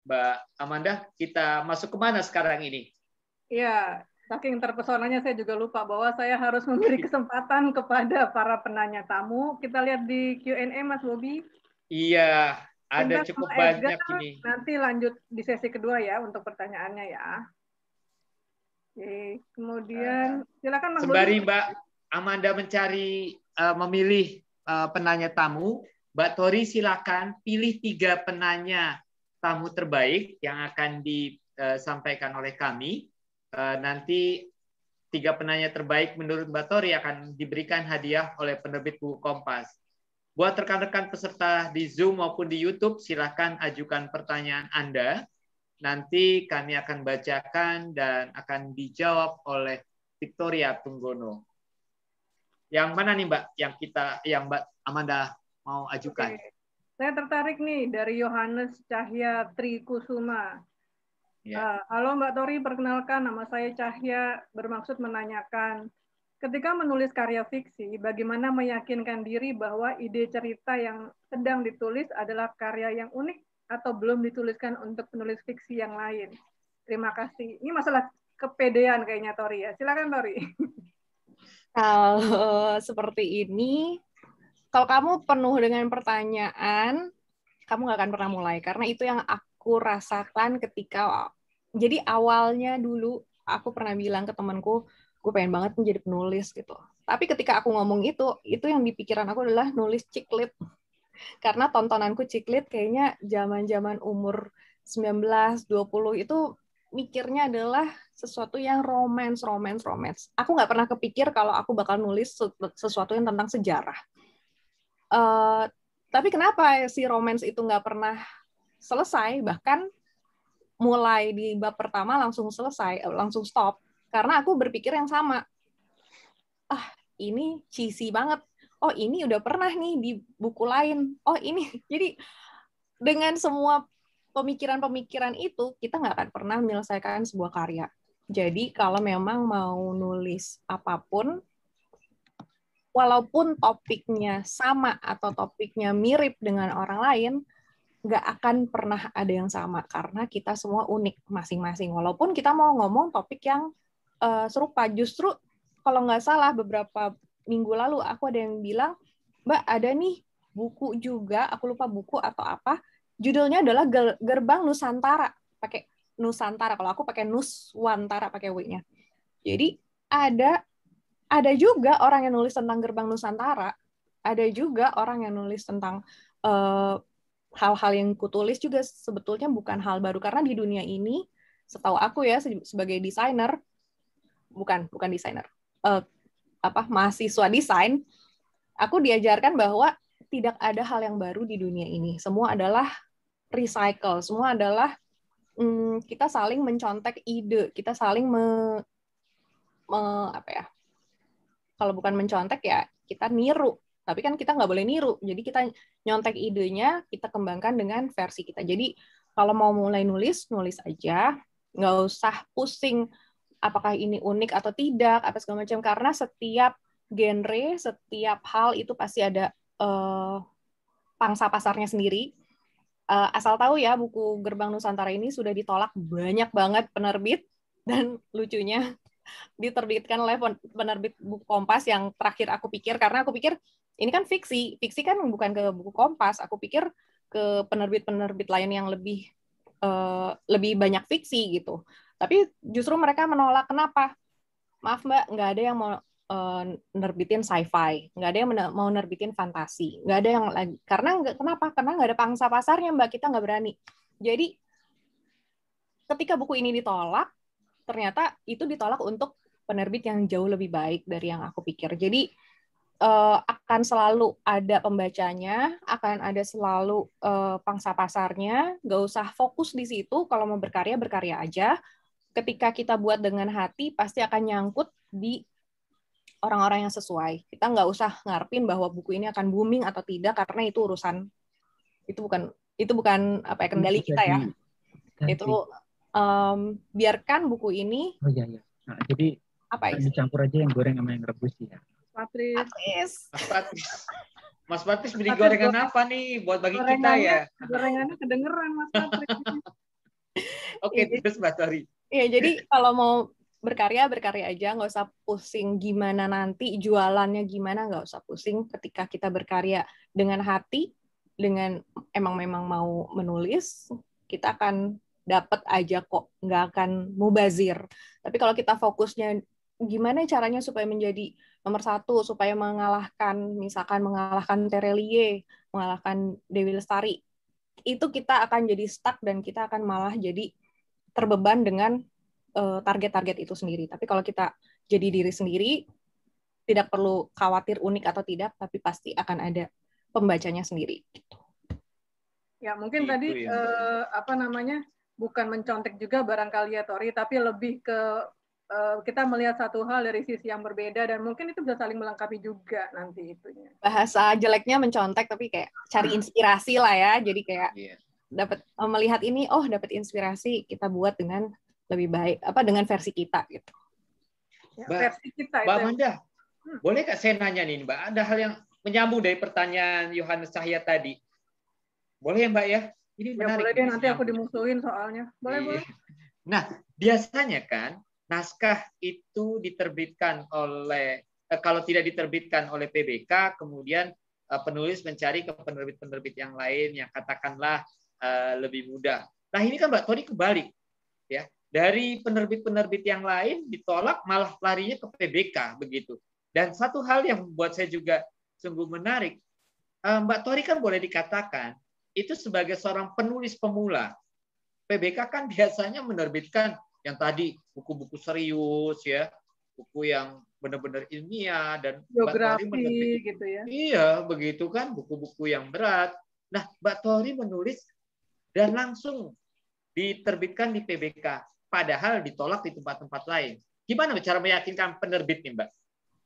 Mbak Amanda, kita masuk kemana sekarang ini? Iya, saking terpesonanya saya juga lupa bahwa saya harus memberi kesempatan kepada para penanya tamu. Kita lihat di Q&A, Mas Bobi. Iya, ada Singkat cukup sama Edgar, banyak ini. nanti lanjut di sesi kedua ya untuk pertanyaannya ya. Oke, kemudian silakan Mas Sembari Bobi. Mbak Amanda memilih penanya tamu, Mbak Tori silakan pilih 3 penanya tamu terbaik yang akan disampaikan oleh kami. Nanti 3 penanya terbaik menurut Mbak Tori akan diberikan hadiah oleh penerbit buku Kompas. Buat rekan-rekan peserta di Zoom maupun di YouTube, silakan ajukan pertanyaan Anda. Nanti kami akan bacakan dan akan dijawab oleh Victoria Tunggono. Yang mana nih Mbak yang Mbak Amanda mau ajukan? Oke. Saya tertarik nih dari Yohanes Cahya Trikusuma. Ya. Halo Mbak Tori, perkenalkan nama saya Cahya, bermaksud menanyakan, ketika menulis karya fiksi, bagaimana meyakinkan diri bahwa ide cerita yang sedang ditulis adalah karya yang unik atau belum dituliskan untuk penulis fiksi yang lain? Terima kasih. Ini masalah kepedean kayaknya Tori ya. Silakan Tori. Kalau seperti ini, kalau kamu penuh dengan pertanyaan, kamu nggak akan pernah mulai. Karena itu yang aku rasakan ketika, jadi awalnya dulu aku pernah bilang ke temanku, gue pengen banget menjadi penulis gitu. Tapi ketika aku ngomong itu yang di pikiran aku adalah nulis ciklit. Karena tontonanku ciklit kayaknya zaman-zaman umur 19, 20 itu mikirnya adalah sesuatu yang romance. Aku nggak pernah kepikir kalau aku bakal nulis sesuatu yang tentang sejarah. Tapi kenapa si romance itu nggak pernah selesai, bahkan mulai di bab pertama langsung selesai, langsung stop, karena aku berpikir yang sama. Ini cheesy banget. Oh, ini udah pernah nih di buku lain. Oh, ini. Jadi, dengan semua pemikiran-pemikiran itu, kita nggak akan pernah menyelesaikan sebuah karya. Jadi, kalau memang mau nulis apapun, walaupun topiknya sama atau topiknya mirip dengan orang lain, nggak akan pernah ada yang sama, karena kita semua unik masing-masing. Walaupun kita mau ngomong topik yang serupa, justru kalau nggak salah beberapa minggu lalu aku ada yang bilang, Mbak, ada nih buku juga, aku lupa buku atau apa, judulnya adalah Gerbang Nusantara, pakai Nusantara. Kalau aku pakai Nuswantara, pakai W-nya. Jadi ada juga orang yang nulis tentang Gerbang Nusantara, ada juga orang yang nulis tentang hal-hal yang kutulis juga sebetulnya bukan hal baru, karena di dunia ini, setahu aku ya sebagai desainer, bukan desainer, mahasiswa desain, aku diajarkan bahwa tidak ada hal yang baru di dunia ini. Semua adalah recycle, semua adalah kita saling mencontek ide, kita saling kalau bukan mencontek ya kita niru. Tapi kan kita nggak boleh niru, jadi kita nyontek idenya, kita kembangkan dengan versi kita. Jadi kalau mau mulai nulis aja, nggak usah pusing apakah ini unik atau tidak, apa segala macam, karena setiap genre, setiap hal itu pasti ada pangsa pasarnya sendiri. Asal tahu ya, buku Gerbang Nusantara ini sudah ditolak banyak banget penerbit, dan lucunya diterbitkan oleh penerbit buku Kompas yang terakhir aku pikir, karena aku pikir ini kan fiksi kan bukan ke buku Kompas, aku pikir ke penerbit-penerbit lain yang lebih banyak fiksi gitu. Tapi justru mereka menolak. Kenapa? Maaf Mbak, nggak ada yang mau nerbitin sci-fi, nggak ada yang mau nerbitin fantasi, nggak ada yang lagi. Kenapa? Karena nggak ada pangsa pasarnya Mbak, kita nggak berani. Jadi ketika buku ini ditolak, ternyata itu ditolak untuk penerbit yang jauh lebih baik dari yang aku pikir. Jadi akan selalu ada pembacanya, akan ada selalu pangsa pasarnya, nggak usah fokus di situ. Kalau mau berkarya aja. Ketika kita buat dengan hati, pasti akan nyangkut di orang-orang yang sesuai. Kita nggak usah ngarepin bahwa buku ini akan booming atau tidak, karena itu urusan, itu bukan kendali kita ya. Itu biarkan buku ini. Oh iya. Nah, jadi dicampur aja yang goreng sama yang rebus ya. Mas Patris beli gorengan apa nih buat bagi kita ya? Gorengannya kedengeran Mas Patris. Oke, terus Mbak Tori. Iya, jadi kalau mau berkarya aja, nggak usah pusing gimana nanti jualannya gimana, nggak usah pusing. Ketika kita berkarya dengan hati, dengan memang mau menulis, kita akan dapat aja kok, nggak akan mubazir. Tapi kalau kita fokusnya gimana caranya supaya menjadi nomor 1, supaya misalkan mengalahkan Terelie, mengalahkan Dewi Lestari, itu kita akan jadi stuck dan kita akan malah jadi terbeban dengan target-target itu sendiri. Tapi kalau kita jadi diri sendiri, tidak perlu khawatir unik atau tidak, tapi pasti akan ada pembacanya sendiri. Ya, mungkin itu tadi bukan mencontek juga barangkali ya Tori, tapi lebih ke kita melihat satu hal dari sisi yang berbeda dan mungkin itu bisa saling melengkapi juga nanti itunya. Bahasa jeleknya mencontek, tapi kayak cari inspirasi lah ya. Jadi kayak dapat melihat ini, dapat inspirasi, kita buat dengan lebih baik, dengan versi kita gitu. Ya, versi kita. Mbak Amanda, boleh nggak saya nanya nih Mbak, ada hal yang menyambung dari pertanyaan Yohanes Cahya tadi. Boleh ya Mbak ya? Ini menarik. Boleh deh, nanti aku dimusuhin soalnya. Boleh. Nah, biasanya kan naskah itu diterbitkan oleh, kalau tidak diterbitkan oleh PBK, kemudian penulis mencari ke penerbit-penerbit yang lain yang katakanlah lebih mudah. Nah, ini kan Mbak Tori kebalik. Ya. Dari penerbit-penerbit yang lain ditolak, malah larinya ke PBK begitu. Dan satu hal yang membuat saya juga sungguh menarik, Mbak Tori kan boleh dikatakan itu sebagai seorang penulis pemula. PBK kan biasanya menerbitkan yang tadi buku-buku serius ya, buku yang benar-benar ilmiah, dan Mbak Tori menerbitkan gitu ya. Iya, begitu kan, buku-buku yang berat. Nah, Mbak Tori menulis dan langsung diterbitkan di PBK. Padahal ditolak di tempat-tempat lain. Gimana cara meyakinkan penerbit nih, Mbak?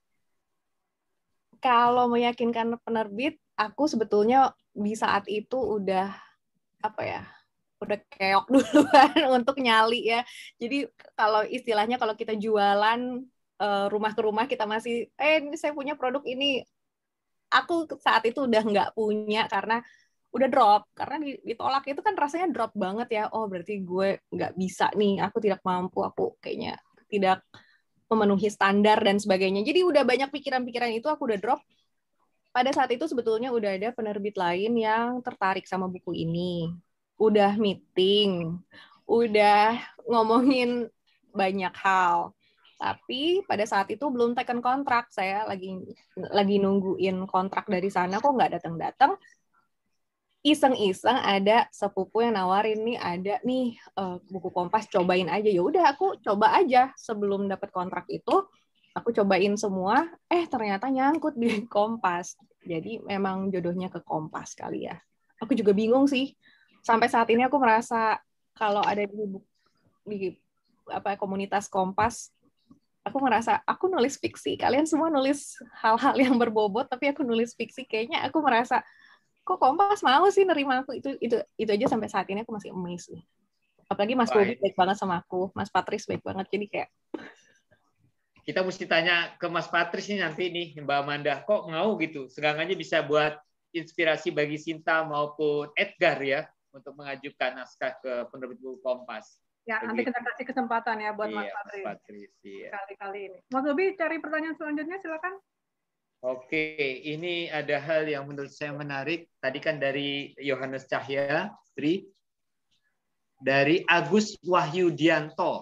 Kalau meyakinkan penerbit, aku sebetulnya di saat itu udah udah keok duluan untuk nyali ya. Jadi kalau istilahnya kalau kita jualan rumah ke rumah, kita masih saya punya produk ini. Aku saat itu udah nggak punya karena udah drop, karena ditolak itu kan rasanya drop banget ya. Oh, berarti gue nggak bisa nih, aku tidak mampu, aku kayaknya tidak memenuhi standar dan sebagainya. Jadi udah banyak pikiran-pikiran itu, aku udah drop. Pada saat itu sebetulnya udah ada penerbit lain yang tertarik sama buku ini. Udah meeting, udah ngomongin banyak hal. Tapi pada saat itu belum taken kontrak. Saya lagi nungguin kontrak dari sana, kok nggak datang-datang. Iseng-iseng ada sepupu yang nawarin, nih ada nih buku Kompas, cobain aja. Ya udah, aku coba aja. Sebelum dapat kontrak itu aku cobain semua, ternyata nyangkut di Kompas. Jadi memang jodohnya ke Kompas kali ya. Aku juga bingung sih. Sampai saat ini aku merasa kalau ada di komunitas Kompas, aku merasa aku nulis fiksi. Kalian semua nulis hal-hal yang berbobot, tapi aku nulis fiksi. Kayaknya aku merasa kok Kompas mau sih nerima aku. Itu aja sampai saat ini aku masih amazed nih. Apalagi Mas Bobi baik banget sama aku, Mas Patris baik banget, jadi kayak kita mesti tanya ke Mas Patris nih nanti nih, Mbak Amanda, kok mau gitu? Segangannya bisa buat inspirasi bagi Sinta maupun Edgar ya untuk mengajukan naskah ke penerbit buku Kompas. Ya, nanti kita kasih kesempatan ya buat Mas Patris. Kali-kali ini. Mas Bobi cari pertanyaan selanjutnya, silakan. Oke, ini ada hal yang menurut saya menarik. Tadi kan dari Yohanes Cahya, dari Agus Wahyudianto.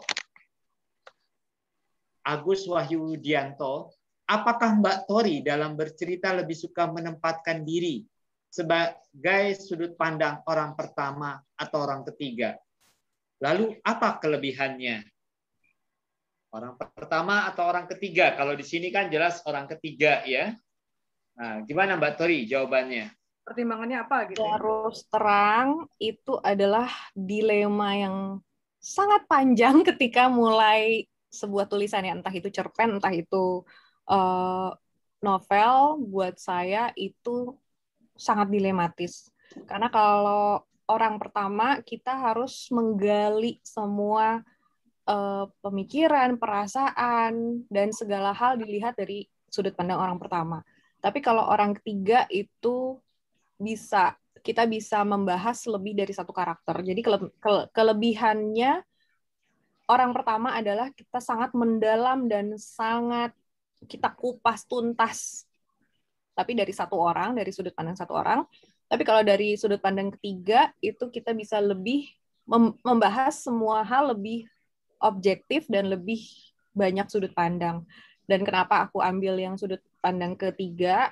Agus Wahyudianto, apakah Mbak Tori dalam bercerita lebih suka menempatkan diri sebagai sudut pandang orang pertama atau orang ketiga? Lalu apa kelebihannya? Orang pertama atau orang ketiga? Kalau di sini kan jelas orang ketiga ya. Nah, gimana Mbak Tori jawabannya? Pertimbangannya apa gitu? Terus terang, itu adalah dilema yang sangat panjang ketika mulai sebuah tulisan ya, entah itu cerpen, entah itu novel. Buat saya itu sangat dilematis. Karena kalau orang pertama, kita harus menggali semua pemikiran, perasaan, dan segala hal dilihat dari sudut pandang orang pertama. Tapi kalau orang ketiga itu bisa kita bisa membahas lebih dari satu karakter. Jadi kelebihannya orang pertama adalah kita sangat mendalam dan sangat kita kupas tuntas. Tapi dari satu orang, dari sudut pandang satu orang. Tapi kalau dari sudut pandang ketiga, itu kita bisa lebih membahas semua hal lebih objektif dan lebih banyak sudut pandang. Dan kenapa aku ambil yang sudut pandang ketiga,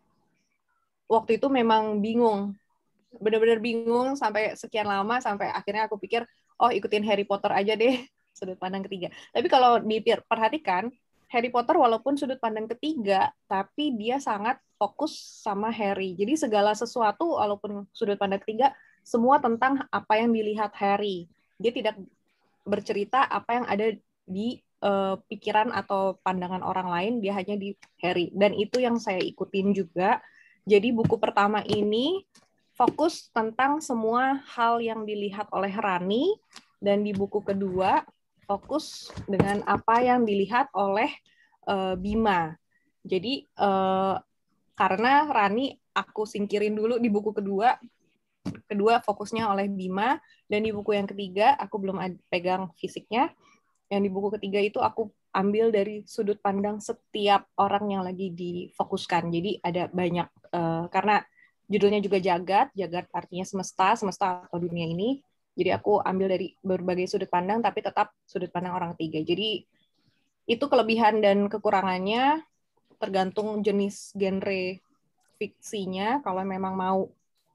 waktu itu memang bingung. Benar-benar bingung sampai sekian lama, sampai akhirnya aku pikir, oh ikutin Harry Potter aja deh, sudut pandang ketiga. Tapi kalau diperhatikan, Harry Potter walaupun sudut pandang ketiga, tapi dia sangat fokus sama Harry. Jadi segala sesuatu walaupun sudut pandang ketiga, semua tentang apa yang dilihat Harry. Dia tidak bercerita apa yang ada di pikiran atau pandangan orang lain, dia hanya di Harry. Dan itu yang saya ikutin juga. Jadi buku pertama ini fokus tentang semua hal yang dilihat oleh Rani, dan di buku kedua fokus dengan apa yang dilihat oleh Bima. Jadi karena Rani aku singkirin dulu di buku kedua fokusnya oleh Bima, dan di buku yang ketiga aku belum pegang fisiknya. Yang di buku ketiga itu aku ambil dari sudut pandang setiap orang yang lagi difokuskan. Jadi ada banyak karena judulnya juga Jagat artinya semesta atau dunia ini. Jadi aku ambil dari berbagai sudut pandang, tapi tetap sudut pandang orang ketiga. Jadi itu kelebihan dan kekurangannya, tergantung jenis genre fiksinya. Kalau memang mau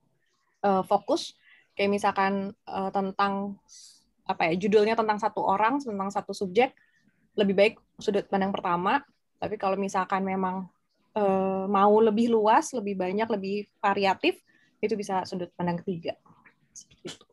fokus, kayak misalkan tentang judulnya tentang satu orang, tentang satu subjek, lebih baik sudut pandang pertama. Tapi kalau misalkan memang mau lebih luas, lebih banyak, lebih variatif, itu bisa sudut pandang ketiga. Seperti itu.